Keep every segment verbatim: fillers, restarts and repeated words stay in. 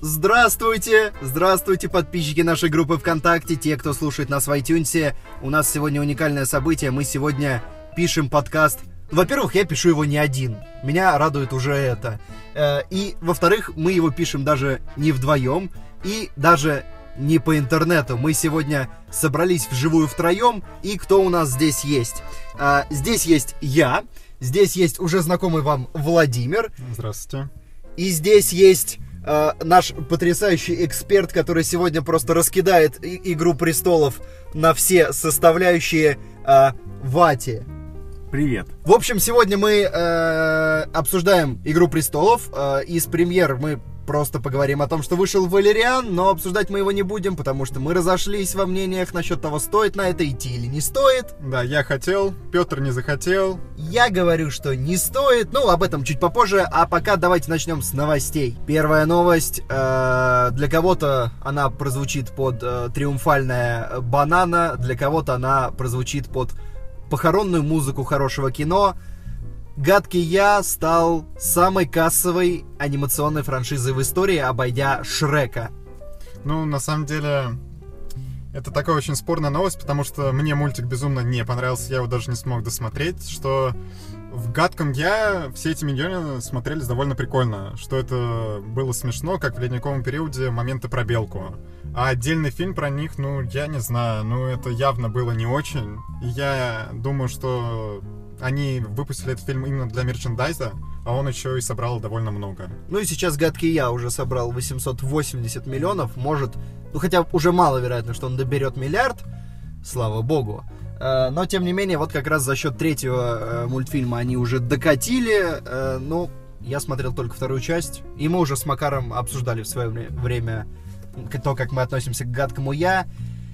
Здравствуйте! Здравствуйте, подписчики нашей группы ВКонтакте, те, кто слушает нас в iTunes. У нас сегодня уникальное событие. Мы сегодня пишем подкаст. Во-первых, я пишу его не один. Меня радует уже это. И, во-вторых, мы его пишем даже не вдвоем. И даже не по интернету. Мы сегодня собрались вживую втроем. И кто у нас здесь есть? Здесь есть я. Здесь есть уже знакомый вам Владимир. Здравствуйте. И здесь есть... Uh, наш потрясающий эксперт, который сегодня просто раскидает и- «Игру престолов» на все составляющие uh, Вати. Привет. В общем, сегодня мы uh, обсуждаем «Игру престолов». Uh, из премьер мы просто поговорим о том, что вышел «Валериан», но обсуждать мы его не будем, потому что мы разошлись во мнениях насчет того, стоит на это идти или не стоит. Да, я хотел, Петр не захотел. Я говорю, что не стоит, ну, об этом чуть попозже, а пока давайте начнем с новостей. Первая новость, э, для кого-то она прозвучит под э, триумфальная банана, для кого-то она прозвучит под похоронную музыку хорошего кино. «Гадкий я» стал самой кассовой анимационной франшизой в истории, обойдя Шрека. Ну, на самом деле, это такая очень спорная новость, потому что мне мультик безумно не понравился, я его даже не смог досмотреть, что в «Гадком я» все эти миньоны смотрелись довольно прикольно, что это было смешно, как в ледниковом периоде моменты про Белку. А отдельный фильм про них, ну, я не знаю, ну, это явно было не очень. И я думаю, что они выпустили этот фильм именно для мерчендайза, а он еще и собрал довольно много. Ну и сейчас «Гадкий я» уже собрал восемьсот восемьдесят миллионов, может, ну хотя уже маловероятно, что он доберет миллиард, слава богу. Но, тем не менее, вот как раз за счет третьего мультфильма они уже докатили. Ну, я смотрел только вторую часть, и мы уже с Макаром обсуждали в свое время то, как мы относимся к «Гадкому я».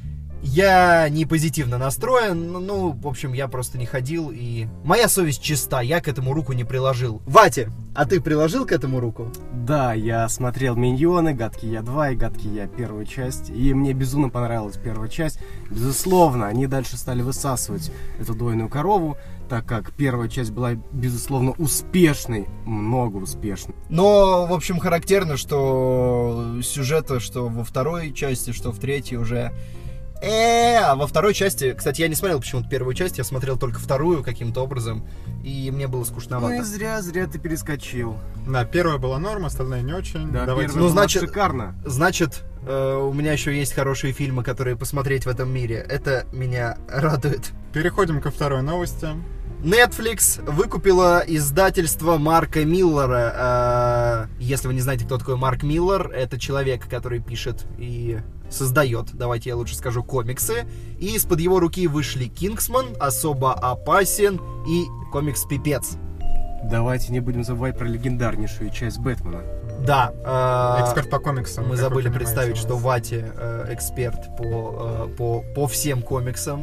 Я не позитивно настроен, ну, в общем, я просто не ходил, и моя совесть чиста, я к этому руку не приложил. Вати, а ты приложил к этому руку? Да, я смотрел «Миньоны», «Гадкий я два» и «Гадкий я» первую часть, и мне безумно понравилась первая часть. Безусловно, они дальше стали высасывать эту дойную корову, так как первая часть была, безусловно, успешной, много успешной. Но, в общем, характерно, что сюжета, что во второй части, что в третьей уже... Э, а во второй части, кстати, я не смотрел почему-то первую часть, я смотрел только вторую каким-то образом, и мне было скучновато. Ну и зря, зря ты перескочил. Да, первая была норма, остальная не очень. Да, Давайте... первая ну, была значит, шикарно. Значит, э, у меня еще есть хорошие фильмы, которые посмотреть в этом мире. Это меня радует. Переходим ко второй новости. Netflix выкупила издательство Марка Миллера. Если вы не знаете, кто такой Марк Миллер, это человек, который пишет и создает, давайте я лучше скажу, комиксы. И из-под его руки вышли «Кингсман», «Особо опасен» и комикс «Пипец». Давайте не будем забывать про легендарнейшую часть Бэтмена. Да. Э, Эксперт по комиксам. Мы забыли представить, что Вати э, эксперт по, э, по, по всем комиксам.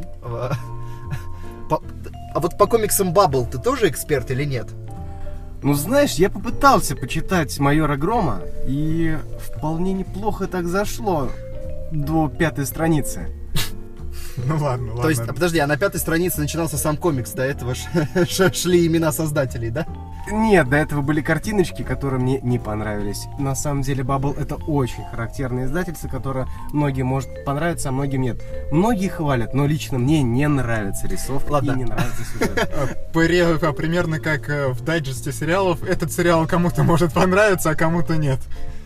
По, а вот по комиксам Баббл ты тоже эксперт или нет? Ну, знаешь, я попытался почитать «Майора Грома», и вполне неплохо так зашло до пятой страницы. Ну ладно, ладно. То есть, а, подожди, а на пятой странице начинался сам комикс, до этого шли имена создателей, да? Нет, до этого были картиночки, которые мне не понравились. На самом деле, Баббл — это очень характерное издательство, которое многим может понравиться, а многим нет. Многие хвалят, но лично мне не нравится рисовка. Ладно. И не нравится сюжет. Примерно как в дайджесте сериалов. Этот сериал кому-то может понравиться, а кому-то нет.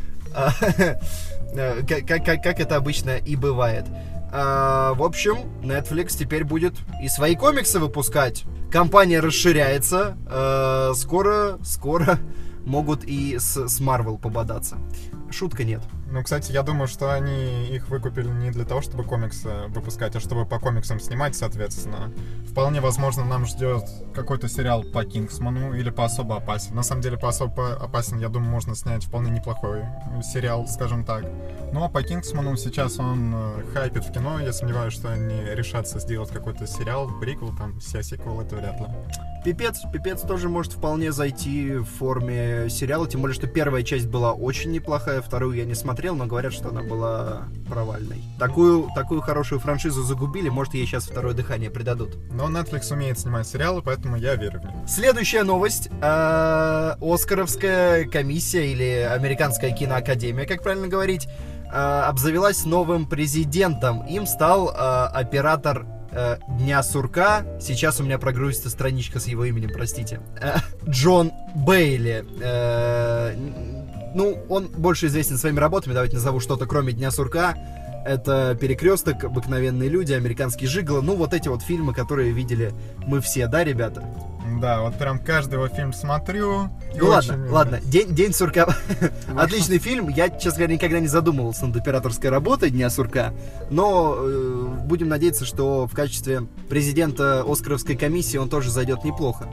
Как это обычно и бывает. Uh, в общем, Netflix теперь будет и свои комиксы выпускать. Компания расширяется. Uh, скоро, скоро могут и с, с Marvel пободаться. Шутка нет. Ну, кстати, я думаю, что они их выкупили не для того, чтобы комиксы выпускать, а чтобы по комиксам снимать, соответственно. Вполне возможно, нам ждет какой-то сериал по Кингсману или по «Особо опасен». На самом деле, по «Особо опасен», я думаю, можно снять вполне неплохой сериал, скажем так. Ну, а по Кингсману сейчас он хайпит в кино. Я сомневаюсь, что они решатся сделать какой-то сериал, приквел, там, вся сиквел, это вряд ли. Пипец, Пипец тоже может вполне зайти в форме хорошими сериалы, тем более, что первая часть была очень неплохая, вторую я не смотрел, но говорят, что она была провальной. Такую, такую хорошую франшизу загубили, может, ей сейчас второе дыхание придадут. Но Netflix умеет снимать сериалы, поэтому я верю в них. Следующая новость. Э, Оскаровская комиссия или Американская киноакадемия, как правильно говорить, э, обзавелась новым президентом. Им стал э, оператор э, Дня сурка. Сейчас у меня прогрузится страничка с его именем, простите. Э, Джон Бейли. Э, ну, он больше известен своими работами. Давайте назову что-то кроме Дня сурка. Это «Перекресток», «Обыкновенные люди», «Американский жиголо». Ну, вот эти вот фильмы, которые видели мы все, да, ребята? Да, вот прям каждый его фильм смотрю. Ну ладно, люблю. ладно, День, День сурка. Отличный фильм. Я, честно говоря, никогда не задумывался над операторской работой Дня сурка. Но э, будем надеяться, что в качестве президента Оскаровской комиссии он тоже зайдет неплохо.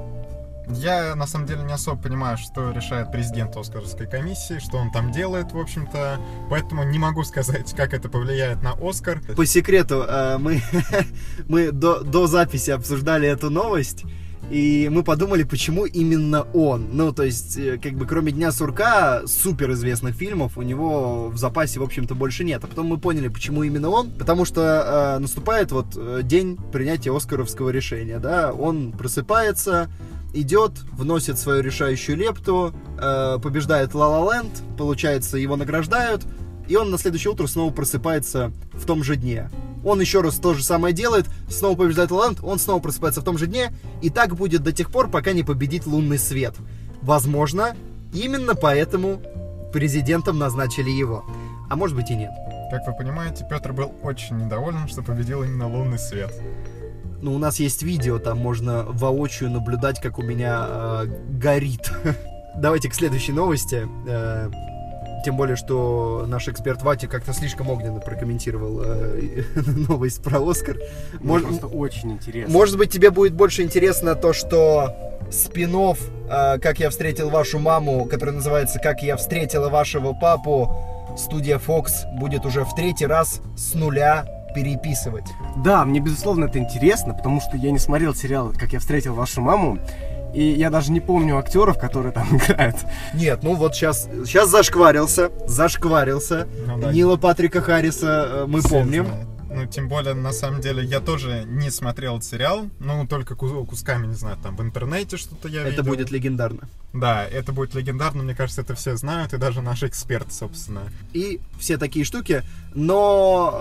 Я, на самом деле, не особо понимаю, что решает президент Оскаровской комиссии, что он там делает, в общем-то. Поэтому не могу сказать, как это повлияет на Оскар. По секрету, мы, мы до, до записи обсуждали эту новость, и мы подумали, почему именно он. Ну, то есть, как бы, кроме Дня сурка, суперизвестных фильмов у него в запасе, в общем-то, больше нет. А потом мы поняли, почему именно он. Потому что э, наступает вот день принятия оскаровского решения, да. Он просыпается, идет, вносит свою решающую лепту, э, побеждает La La Land, получается, его награждают, и он на следующее утро снова просыпается в том же дне. Он еще раз то же самое делает, снова побеждает La La Land, он снова просыпается в том же дне, и так будет до тех пор, пока не победит лунный свет. Возможно, именно поэтому президентом назначили его. А может быть и нет. Как вы понимаете, Петр был очень недоволен, что победил именно лунный свет. Ну, у нас есть видео, там можно воочию наблюдать, как у меня э, горит. Давайте к следующей новости. Э, тем более, что наш эксперт Вати как-то слишком огненно прокомментировал э, новость про Оскар. Мне просто очень интересно. Может быть, тебе будет больше интересно то, что спин-офф э, «Как я встретил вашу маму», который называется «Как я встретила вашего папу», студия Fox будет уже в третий раз с нуля переписывать. Да, мне безусловно это интересно, потому что я не смотрел сериал «Как я встретил вашу маму», и я даже не помню актеров, которые там играют. Нет, ну вот сейчас, сейчас зашкварился, зашкварился. Ну, да. Нила Патрика Харриса э, мы Все помним. знают. Ну, тем более, на самом деле, я тоже не смотрел этот сериал, ну, только кусками, не знаю, там, в интернете что-то я это видел. Это будет легендарно. Да, это будет легендарно, мне кажется, это все знают, и даже наш эксперт, собственно. И все такие штуки, но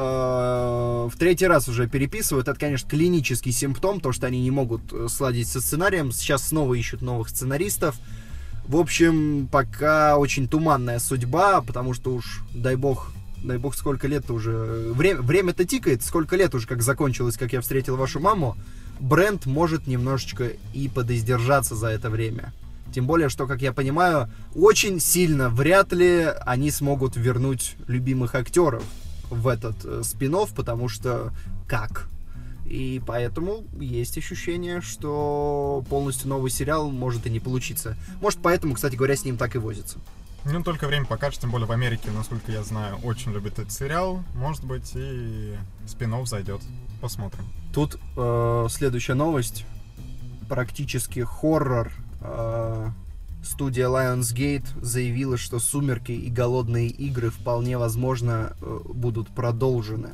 э, в третий раз уже переписывают. Это, конечно, клинический симптом, то, что они не могут сладить со сценарием. Сейчас снова ищут новых сценаристов. В общем, пока очень туманная судьба, потому что уж, дай бог... Дай бог, сколько лет уже... Время, время-то тикает, сколько лет уже, как закончилось, как я встретил вашу маму. Бренд может немножечко и подиздержаться за это время. Тем более, что, как я понимаю, очень сильно вряд ли они смогут вернуть любимых актеров в этот э, спин-офф, потому что как? И поэтому есть ощущение, что полностью новый сериал может и не получиться. Может, поэтому, кстати говоря, с ним так и возится. Ну, только время покажет, тем более в Америке, насколько я знаю, очень любят этот сериал. Может быть, и спин-офф зайдет. Посмотрим. Тут э, следующая новость. Практически хоррор. Э, студия Lionsgate заявила, что «Сумерки» и «Голодные игры» вполне возможно э, будут продолжены.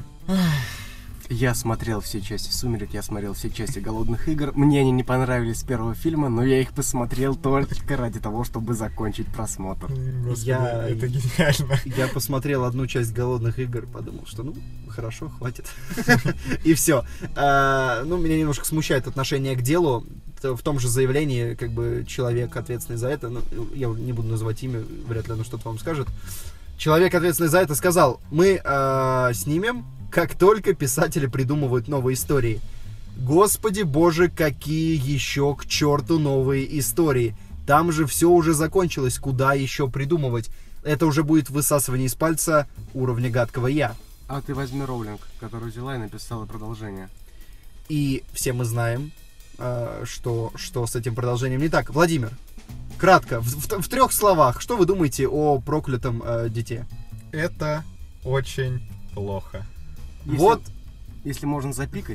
Я смотрел все части «Сумерек», я смотрел все части «Голодных игр». Мне они не понравились с первого фильма, но я их посмотрел только ради того, чтобы закончить просмотр. Господи, я, это гениально. Я посмотрел одну часть «Голодных игр», подумал, что ну, хорошо, хватит. И все. Ну, меня немножко смущает отношение к делу. В том же заявлении, как бы, человек, ответственный за это, ну, я не буду называть имя, вряд ли оно что-то вам скажет. Человек, ответственный за это, сказал: мы снимем, как только писатели придумывают новые истории. Господи боже, какие еще к черту новые истории. Там же все уже закончилось, куда еще придумывать? Это уже будет высасывание из пальца уровня гадкого я. А ты возьми Роулинг, которую взяла и написала продолжение. И все мы знаем, что, что с этим продолжением не так. Владимир, кратко, в, в, в трех словах, что вы думаете о проклятом э, дите? Это очень плохо. Если, вот. Если можно запикать,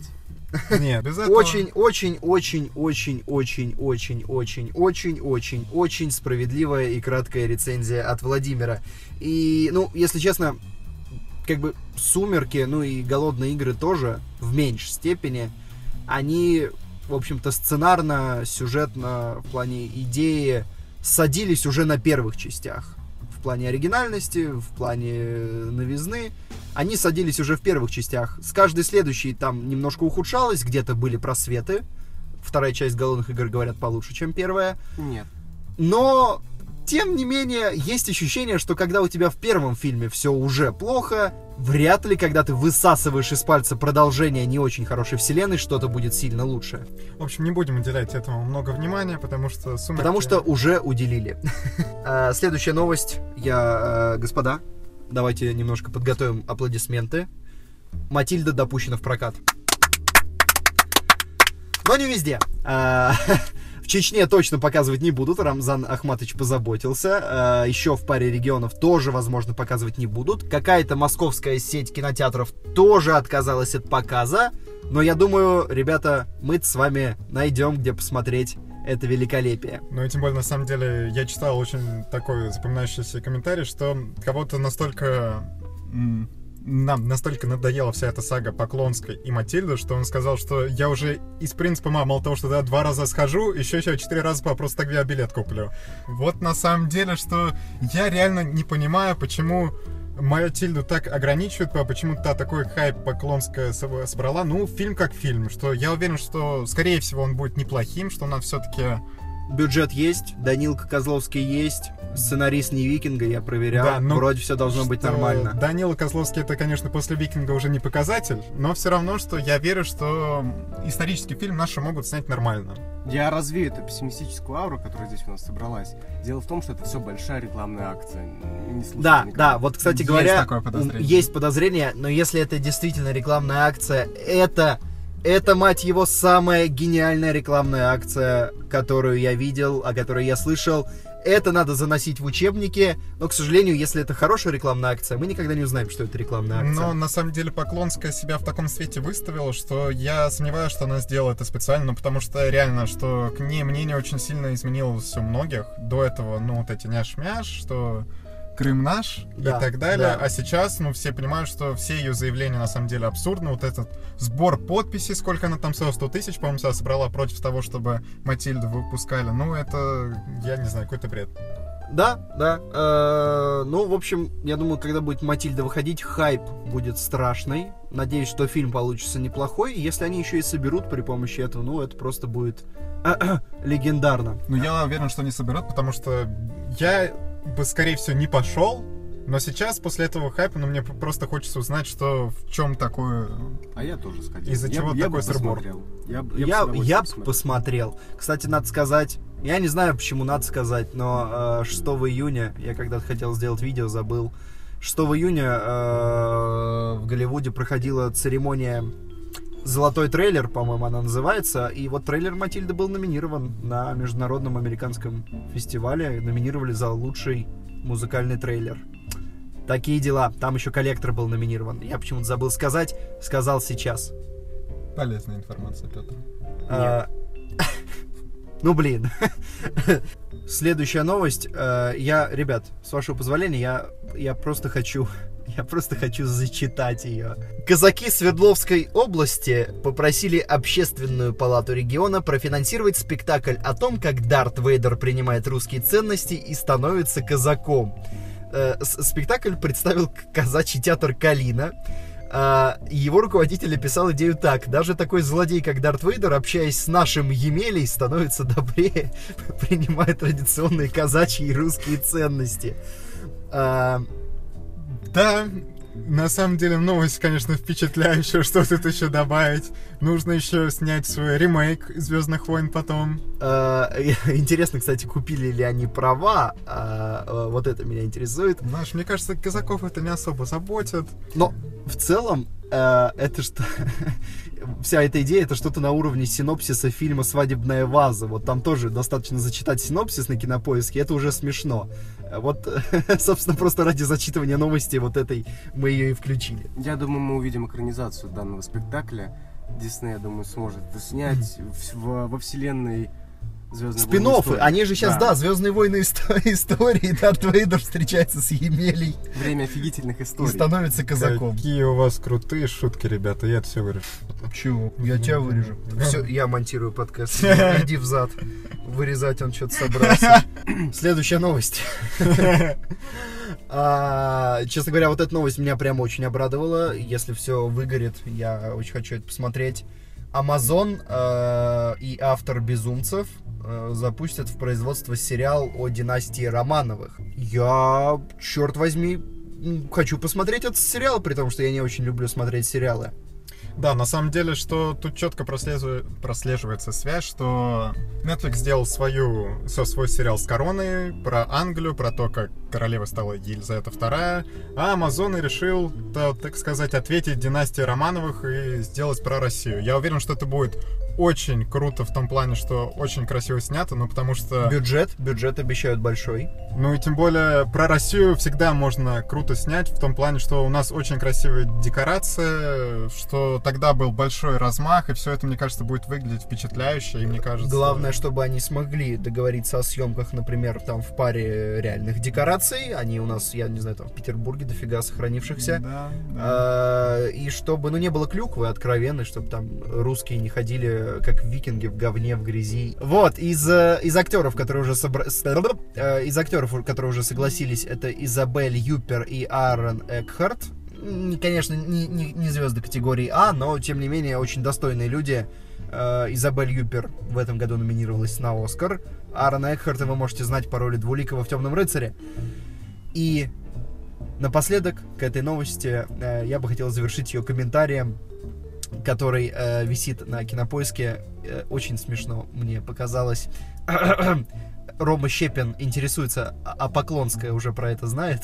Нет, без этого... Очень, очень, очень, очень, очень, очень, очень, очень, очень, очень справедливая и краткая рецензия от Владимира. И, ну, если честно, как бы «Сумерки», ну и «Голодные игры» тоже в меньшей степени, они, в общем-то, сценарно, сюжетно, в плане идеи садились уже на первых частях. В плане оригинальности, в плане новизны. Они садились уже в первых частях. С каждой следующей там немножко ухудшалось, где-то были просветы. Вторая часть «Голодных игр», говорят, получше, чем первая. Нет. Но, тем не менее, есть ощущение, что когда у тебя в первом фильме все уже плохо, вряд ли, когда ты высасываешь из пальца продолжение не очень хорошей вселенной, что-то будет сильно лучше. В общем, не будем уделять этому много внимания, потому что «Сумерки»... Потому что уже уделили. Следующая новость. Я, господа, давайте немножко подготовим аплодисменты. «Матильда» допущена в прокат. Но не везде. В Чечне точно показывать не будут, Рамзан Ахматович позаботился. Еще в паре регионов тоже, возможно, показывать не будут. Какая-то московская сеть кинотеатров тоже отказалась от показа. Но я думаю, ребята, мы с вами найдем, где посмотреть это великолепие. Ну и тем более, на самом деле, я читал очень такой запоминающийся комментарий, что кого-то настолько... нам настолько надоела вся эта сага Поклонской и Матильды, что он сказал, что я уже из принципа, мало того, что да, два раза схожу, еще еще четыре раза по просто так я билет куплю. Вот на самом деле, что я реально не понимаю, почему Матильду так ограничивают, почему та такой хайп Поклонская собрала. Ну, фильм как фильм, что я уверен, что, скорее всего, он будет неплохим, что она все-таки... Бюджет есть, Данилка Козловский есть, сценарист не Викинга, я проверял, да, ну, вроде все должно быть нормально. Данила Козловский, это, конечно, после Викинга уже не показатель, но все равно, что я верю, что исторический фильм наши могут снять нормально. Я развею эту пессимистическую ауру, которая здесь у нас собралась. Дело в том, что это все большая рекламная акция. Не да, да, вот, кстати говоря, есть такое подозрение. Есть подозрение, но если это действительно рекламная акция, это... Это, мать его, самая гениальная рекламная акция, которую я видел, о которой я слышал. Это надо заносить в учебники. Но, к сожалению, если это хорошая рекламная акция, мы никогда не узнаем, что это рекламная акция. Но, на самом деле, Поклонская себя в таком свете выставила, что я сомневаюсь, что она сделала это специально. Ну, потому что, реально, что к ней мнение очень сильно изменилось у многих. До этого, ну, вот эти няш-мяш, что... Крым наш, да, и так далее. Да. А сейчас, ну, все понимают, что все ее заявления на самом деле абсурдны. Вот этот сбор подписей, сколько она там собрала, сто тысяч, по-моему, собрала против того, чтобы Матильду выпускали. Ну, это, я не знаю, какой-то бред. Да, да. Э-э- ну, в общем, я думаю, когда будет Матильда выходить, хайп будет страшный. Надеюсь, что фильм получится неплохой. Если они еще и соберут при помощи этого, ну, это просто будет легендарно. Ну, я уверен, что не соберут, потому что я бы, скорее всего, не пошел. Но сейчас, после этого хайпа, ну, мне просто хочется узнать, что в чем такое... А я тоже сходил. Из-за чего я, такой сырбор. Я, я, я, я бы посмотрел. Кстати, надо сказать... Я не знаю, почему надо сказать, но э, шестого июня, я когда-то хотел сделать видео, забыл. шестого июня э, в Голливуде проходила церемония «Золотой трейлер», по-моему, она называется. И вот трейлер «Матильды» был номинирован на международном американском фестивале. Номинировали за лучший музыкальный трейлер. Такие дела. Там еще «Коллектор» был номинирован. Я почему-то забыл сказать. Сказал сейчас. Полезная информация, Петр. А, ну, блин. Следующая новость. Я, ребят, с вашего позволения, я, я просто хочу... Я просто хочу зачитать ее. Казаки Свердловской области попросили Общественную палату региона профинансировать спектакль о том, как Дарт Вейдер принимает русские ценности и становится казаком. Э, спектакль представил казачий театр «Калина». Э, его руководитель описал идею так: даже такой злодей, как Дарт Вейдер, общаясь с нашим Емелей, становится добрее, принимая традиционные казачьи и русские ценности. Э, Да, на самом деле новость, конечно, впечатляющая. Что тут еще добавить? Нужно еще снять свой ремейк «Звездных войн» потом. Интересно, кстати, купили ли они права. Вот это меня интересует. Знаешь, мне кажется, казаков это не особо заботит. Но в целом это что... Вся эта идея — это что-то на уровне синопсиса фильма «Свадебная ваза». Вот там тоже достаточно зачитать синопсис на Кинопоиске, это уже смешно. Вот, собственно, просто ради зачитывания новости вот этой мы ее и включили. Я думаю, мы увидим экранизацию данного спектакля. Дисней, я думаю, сможет это снять в- в- во вселенной Звездные Спин-оффы, войны. они же сейчас, да, Да. Звездные войны исто- истории, Дарт Вейдер встречается с Емелей Время офигительных и историй. становится казаком. Какие у вас крутые шутки, ребята, я это все вырежу. Чего? Я тебя вырежу. Все, я монтирую подкаст. Иди в зад. Вырезать он что-то собрался. Следующая новость. А, честно говоря, вот эта новость меня прям очень обрадовала. Если все выгорит, я очень хочу это посмотреть. Amazon э, и автор «Безумцев» э, запустят в производство сериал о династии Романовых. Я, черт возьми, м, хочу посмотреть этот сериал, при том, что я не очень люблю смотреть сериалы. Да, на самом деле, что тут четко прослеживается, прослеживается связь, что Netflix сделал свою, со- свой сериал с короной про Англию, про то, как королева стала Елизавета вторая, а Amazon решил, то, так сказать, ответить династии Романовых и сделать про Россию. Я уверен, что это будет очень круто в том плане, что очень красиво снято, ну потому что... Бюджет, бюджет обещают большой. Ну и тем более про Россию всегда можно круто снять, в том плане, что у нас очень красивая декорация, что тогда был большой размах, и все это, мне кажется, будет выглядеть впечатляюще, и мне кажется... Главное, чтобы они смогли договориться о съемках, например, там в паре реальных декораций. Они у нас, я не знаю, там в Петербурге дофига сохранившихся. Да, да. А, и чтобы, ну, не было клюквы откровенной, чтобы там русские не ходили как викинги в говне, в грязи. Вот, из, э, из актеров, которые уже собра... с- э, из актеров, которые уже согласились, это Изабель Юппер и Аарон Экхарт. М, Конечно, не, не, не звезды категории А, но, тем не менее, очень достойные люди. Э, Изабель Юппер в этом году номинировалась на Оскар. Аарона Экхарта вы можете знать по роли Двуликого в «Темном рыцаре». И напоследок к этой новости э, я бы хотел завершить ее комментарием, который э, висит на Кинопоиске. Э, очень смешно мне показалось. Рома Щепин интересуется, а а Поклонская уже про это знает?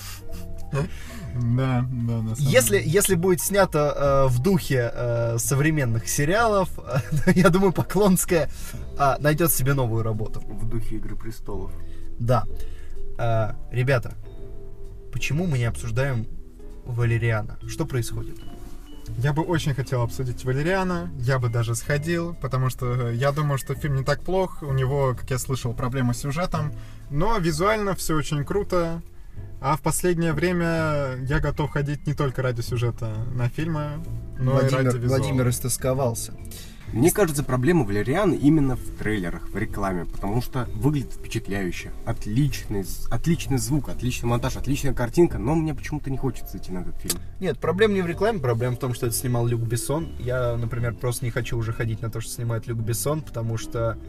Да, да, на самом Если, деле. если будет снято э, в духе э, современных сериалов, я думаю, Поклонская э, найдет себе новую работу. В духе «Игры престолов». Да. Э, ребята, почему мы не обсуждаем Валериана? Что происходит? Я бы очень хотел обсудить Валериана, я бы даже сходил, потому что я думаю, что фильм не так плох, у него, как я слышал, проблемы с сюжетом, но визуально все очень круто, а в последнее время я готов ходить не только ради сюжета на фильмы, но и Владимир, ради визуала. Владимир истосковался. Мне кажется, проблема Валериана именно в трейлерах, в рекламе, потому что выглядит впечатляюще. Отличный, з- отличный звук, отличный монтаж, отличная картинка, но мне почему-то не хочется идти на этот фильм. Нет, проблема не в рекламе, проблема в том, что это снимал Люк Бессон. Я, например, просто не хочу уже ходить на то, что снимает Люк Бессон, потому что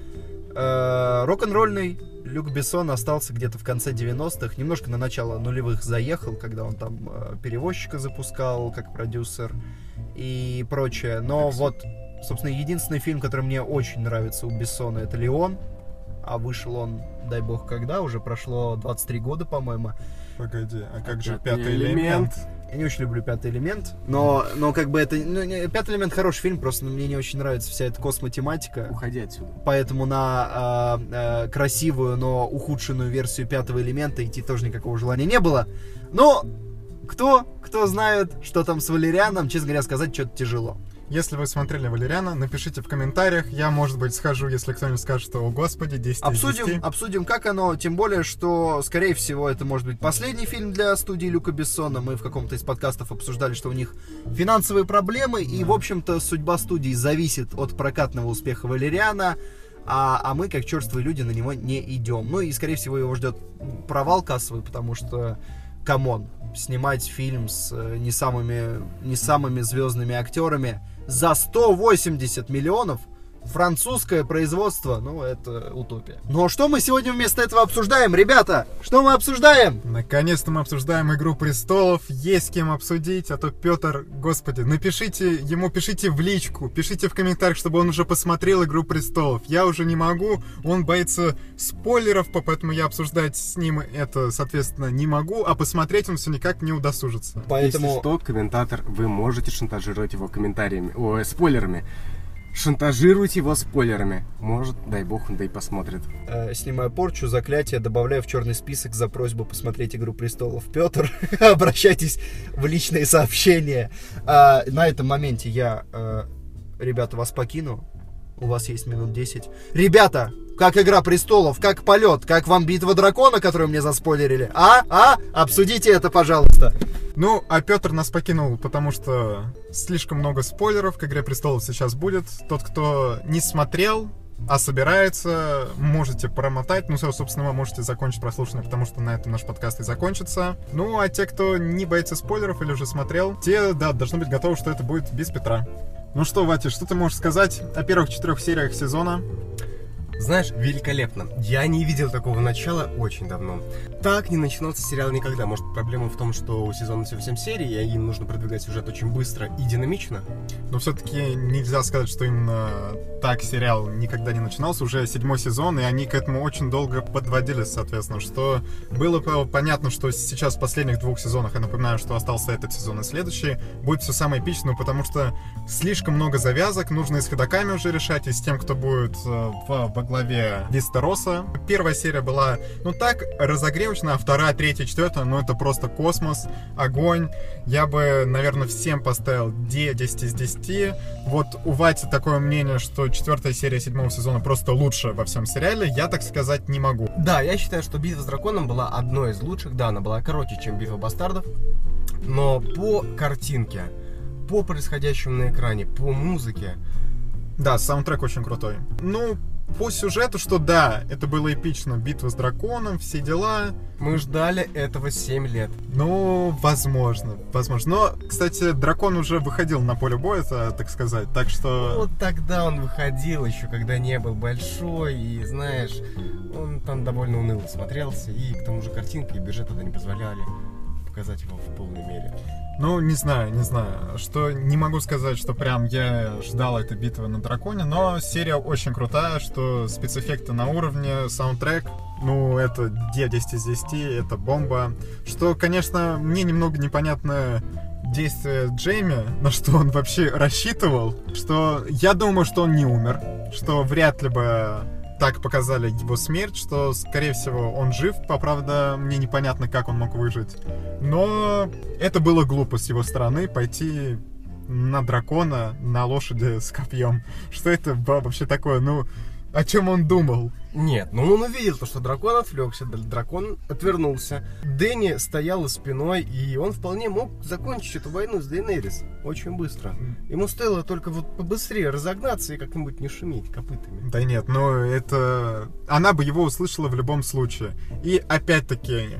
э, рок-н-ролльный Люк Бессон остался где-то в конце девяностых, немножко на начало нулевых заехал, когда он там э, перевозчика запускал как продюсер и прочее. Но вот, собственно, единственный фильм, который мне очень нравится у Бессона, это «Леон». А вышел он, дай бог, когда? Уже прошло двадцать три года, по-моему. Погоди, а как же Пятый пятый элемент? Я не очень люблю «Пятый элемент», но, но как бы это... Ну, не- «Пятый элемент» хороший фильм, просто мне не очень нравится вся эта космотематика. Уходи отсюда. Поэтому на а, а, красивую, но ухудшенную версию «Пятого элемента» идти тоже никакого желания не было. Но кто, кто знает, что там с Валерианом, честно говоря, сказать что-то тяжело. Если вы смотрели Валериана, напишите в комментариях, я, может быть, схожу, если кто-нибудь скажет, что, о господи, десять из Обсудим, десяти. обсудим, как оно, тем более, что, скорее всего, это может быть последний фильм для студии Люка Бессона. Мы в каком-то из подкастов обсуждали, что у них финансовые проблемы, и, в общем-то, судьба студии зависит от прокатного успеха Валериана, а, а мы, как черствые люди, на него не идем. Ну и, скорее всего, его ждет провал кассовый, потому что, камон, снимать фильм с э, не самыми, не самыми звездными актерами за сто восемьдесят миллионов, французское производство, ну, это утопия. Но что мы сегодня вместо этого обсуждаем, ребята? Что мы обсуждаем? Наконец-то мы обсуждаем «Игру престолов», есть с кем обсудить, а то Петр, господи, напишите ему, пишите в личку, пишите в комментариях, чтобы он уже посмотрел «Игру престолов». Я уже не могу, он боится спойлеров, поэтому я обсуждать с ним это, соответственно, не могу, а посмотреть он все никак не удосужится. Поэтому... Если что, комментатор, вы можете шантажировать его комментариями, ой, спойлерами. Шантажируйте его спойлерами. Может, дай бог, он да и посмотрит. Э, снимаю порчу, заклятие, добавляю в черный список за просьбу посмотреть «Игру престолов». Петр, обращайтесь в личные сообщения. А, на этом моменте я э, ребята, вас покину. У вас есть минут десять. Ребята, как Игра престолов, как полет, как вам битва дракона, которую мне заспойлерили? А? А? Обсудите это, пожалуйста. Ну, а Петр нас покинул, потому что слишком много спойлеров к Игре престолов сейчас будет. Тот, кто не смотрел, а собирается, можете промотать. Ну, собственно, вы можете закончить прослушивание, потому что на этом наш подкаст и закончится. Ну, а те, кто не боится спойлеров или уже смотрел, те, да, должны быть готовы, что это будет без Петра. Ну что, Вати, что ты можешь сказать о первых четырех сериях сезона? Знаешь, великолепно. Я не видел такого начала очень давно. Так не начинался сериал никогда. Может, проблема в том, что у сезона всего семь серий, и им нужно продвигать сюжет очень быстро и динамично? Но все-таки нельзя сказать, что именно так сериал никогда не начинался. Уже седьмой сезон, и они к этому очень долго подводились, соответственно. Что было понятно, что сейчас в последних двух сезонах, я напоминаю, что остался этот сезон и следующий, будет все самое эпичное, потому что слишком много завязок, нужно и с ходоками уже решать, и с тем, кто будет в главе Вестероса. Первая серия была, ну так, разогревочная, а вторая, третья, четвертая, ну это просто космос, огонь. Я бы, наверное, всем поставил десять из десяти. Вот у Вати такое мнение, что четвертая серия седьмого сезона просто лучше во всем сериале, я так сказать не могу. Да, я считаю, что «Битва с драконом» была одной из лучших. Да, она была короче, чем «Битва бастардов», но по картинке, по происходящему на экране, по музыке. Да, саундтрек очень крутой. Ну, по сюжету, что да, это было эпично, битва с драконом, все дела. Мы ждали этого семь лет. Ну, возможно, возможно. Но, кстати, дракон уже выходил на поле боя, так сказать, так что... Вот тогда он выходил еще, когда не был большой, и, знаешь, он там довольно уныло смотрелся, и к тому же картинка и бюджет тогда не позволяли показать его в полной мере. Ну, не знаю, не знаю, что не могу сказать, что прям я ждал этой битвы на драконе, но серия очень крутая, что спецэффекты на уровне, саундтрек, ну, это десять из десяти, это бомба. Что, конечно, мне немного непонятно действие Джейми, на что он вообще рассчитывал, что я думаю, что он не умер, что вряд ли бы так показали его смерть, что, скорее всего, он жив. Правда, мне непонятно, как он мог выжить. Но это было глупо с его стороны пойти на дракона на лошади с копьем. Что это вообще такое? Ну, о чем он думал? Нет, ну он увидел то, что дракон отвлекся, дракон отвернулся. Дэнни стоял спиной, и он вполне мог закончить эту войну с Дейенерис очень быстро. Ему стоило только вот побыстрее разогнаться и как-нибудь не шуметь копытами. Да нет, ну это... Она бы его услышала в любом случае. И опять-таки,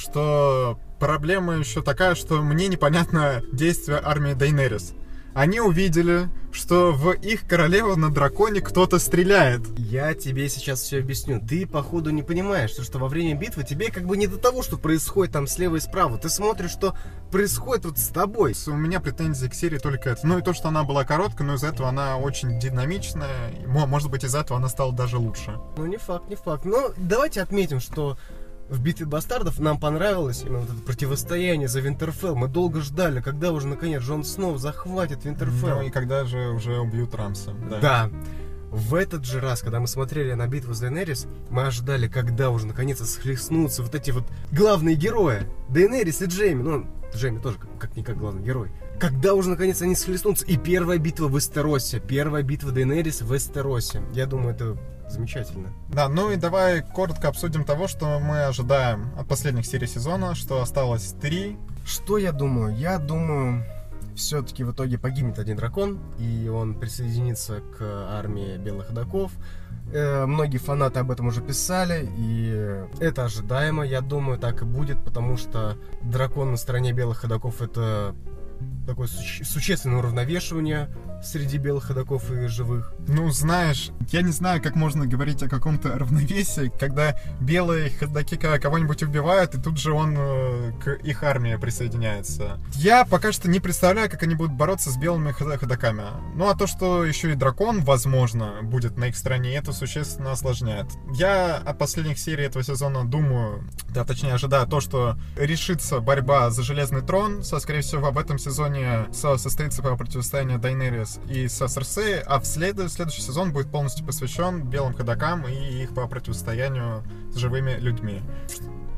что проблема еще такая, что мне непонятно действие армии Дейенерис. Они увидели, что в их королеву на драконе кто-то стреляет. Я тебе сейчас все объясню. Ты, походу, не понимаешь, что во время битвы тебе как бы не до того, что происходит там слева и справа. Ты смотришь, что происходит вот с тобой. У меня претензии к серии только это. Ну и то, что она была короткая, но из-за этого она очень динамичная. Может быть, из-за этого она стала даже лучше. Ну не факт, не факт. Но давайте отметим, что в «Битве бастардов» нам понравилось именно вот это противостояние за Винтерфелл. Мы долго ждали, когда уже наконец Джон Сноу захватит Винтерфелл. Ну и когда же уже убьют Рамса. Да. да. В этот же раз, когда мы смотрели на битву с Дейенерис, мы ожидали, когда уже наконец-то схлестнутся вот эти вот главные герои. Дейенерис и Джейми. Ну, Джейми тоже как-никак главный герой. Когда уже наконец они схлестнутся. И первая битва в Вестеросе. Первая битва Дейенерис в Вестеросе. Я думаю, это... замечательно. Да, ну и давай коротко обсудим того, что мы ожидаем от последних серий сезона, что осталось три. Что я думаю? Я думаю, все-таки в итоге погибнет один дракон, и он присоединится к армии белых ходоков. Э, многие фанаты об этом уже писали, и это ожидаемо, я думаю, так и будет, потому что дракон на стороне белых ходоков — это такое суще- существенное уравновешивание среди белых ходоков и живых. Ну, знаешь, я не знаю, как можно говорить о каком-то равновесии, когда белые ходоки кого-нибудь убивают, и тут же он э, к их армии присоединяется. Я пока что не представляю, как они будут бороться с белыми ходоками. Ну, а то, что еще и дракон, возможно, будет на их стороне, это существенно осложняет. Я от последних серий этого сезона думаю, да, точнее, ожидаю то, что решится борьба за Железный трон, со, скорее всего, в этом сезоне состоится противостояние Дейенерис и со Серсеей, а в след... следующий сезон будет полностью посвящен белым ходокам и их по противостоянию с живыми людьми.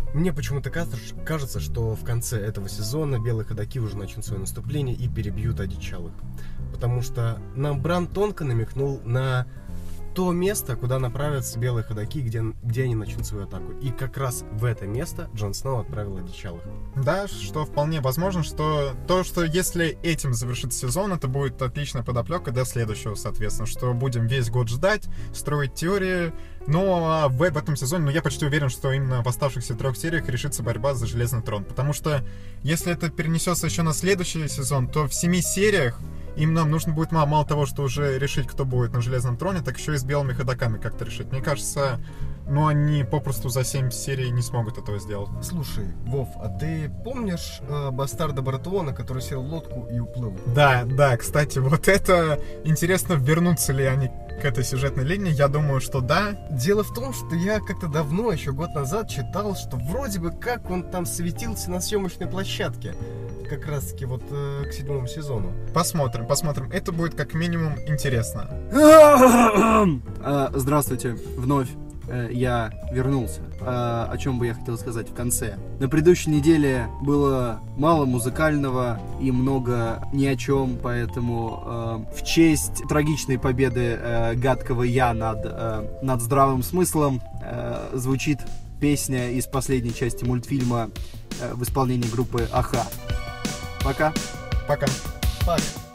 Мне почему-то кажется, что в конце этого сезона белые ходаки уже начнут свое наступление и перебьют одичалых. Потому что нам Бран тонко намекнул на то место, куда направятся белые ходаки, где, где они начнут свою атаку. И как раз в это место Джон Сноу отправил одичалых. Да, что вполне возможно, что то, что если этим завершится сезон, это будет отличная подоплека до следующего, соответственно, что будем весь год ждать, строить теории. Но в, в этом сезоне, ну, я почти уверен, что именно в оставшихся трех сериях решится борьба за Железный трон. Потому что если это перенесется еще на следующий сезон, то в семи сериях им нам нужно будет мало, мало того, что уже решить, кто будет на Железном троне, так еще и с белыми ходоками как-то решить. Мне кажется, ну они попросту за семь серий не смогут этого сделать. Слушай, Вов, а ты помнишь э, бастарда Баратеона, который сел в лодку и уплыл? Да, да, кстати, вот это интересно, вернутся ли они к этой сюжетной линии. Я думаю, что да. Дело в том, что я как-то давно, еще год назад, читал, что вроде бы как он там светился на съемочной площадке. Как раз таки вот э, к седьмому сезону. Посмотрим, посмотрим. Это будет как минимум интересно. Здравствуйте, вновь я вернулся. О чем бы я хотел сказать в конце. На предыдущей неделе было мало музыкального и много ни о чем, поэтому в честь трагичной победы гадкого я над, над здравым смыслом звучит песня из последней части мультфильма в исполнении группы Аха. Пока. Пока. Пока.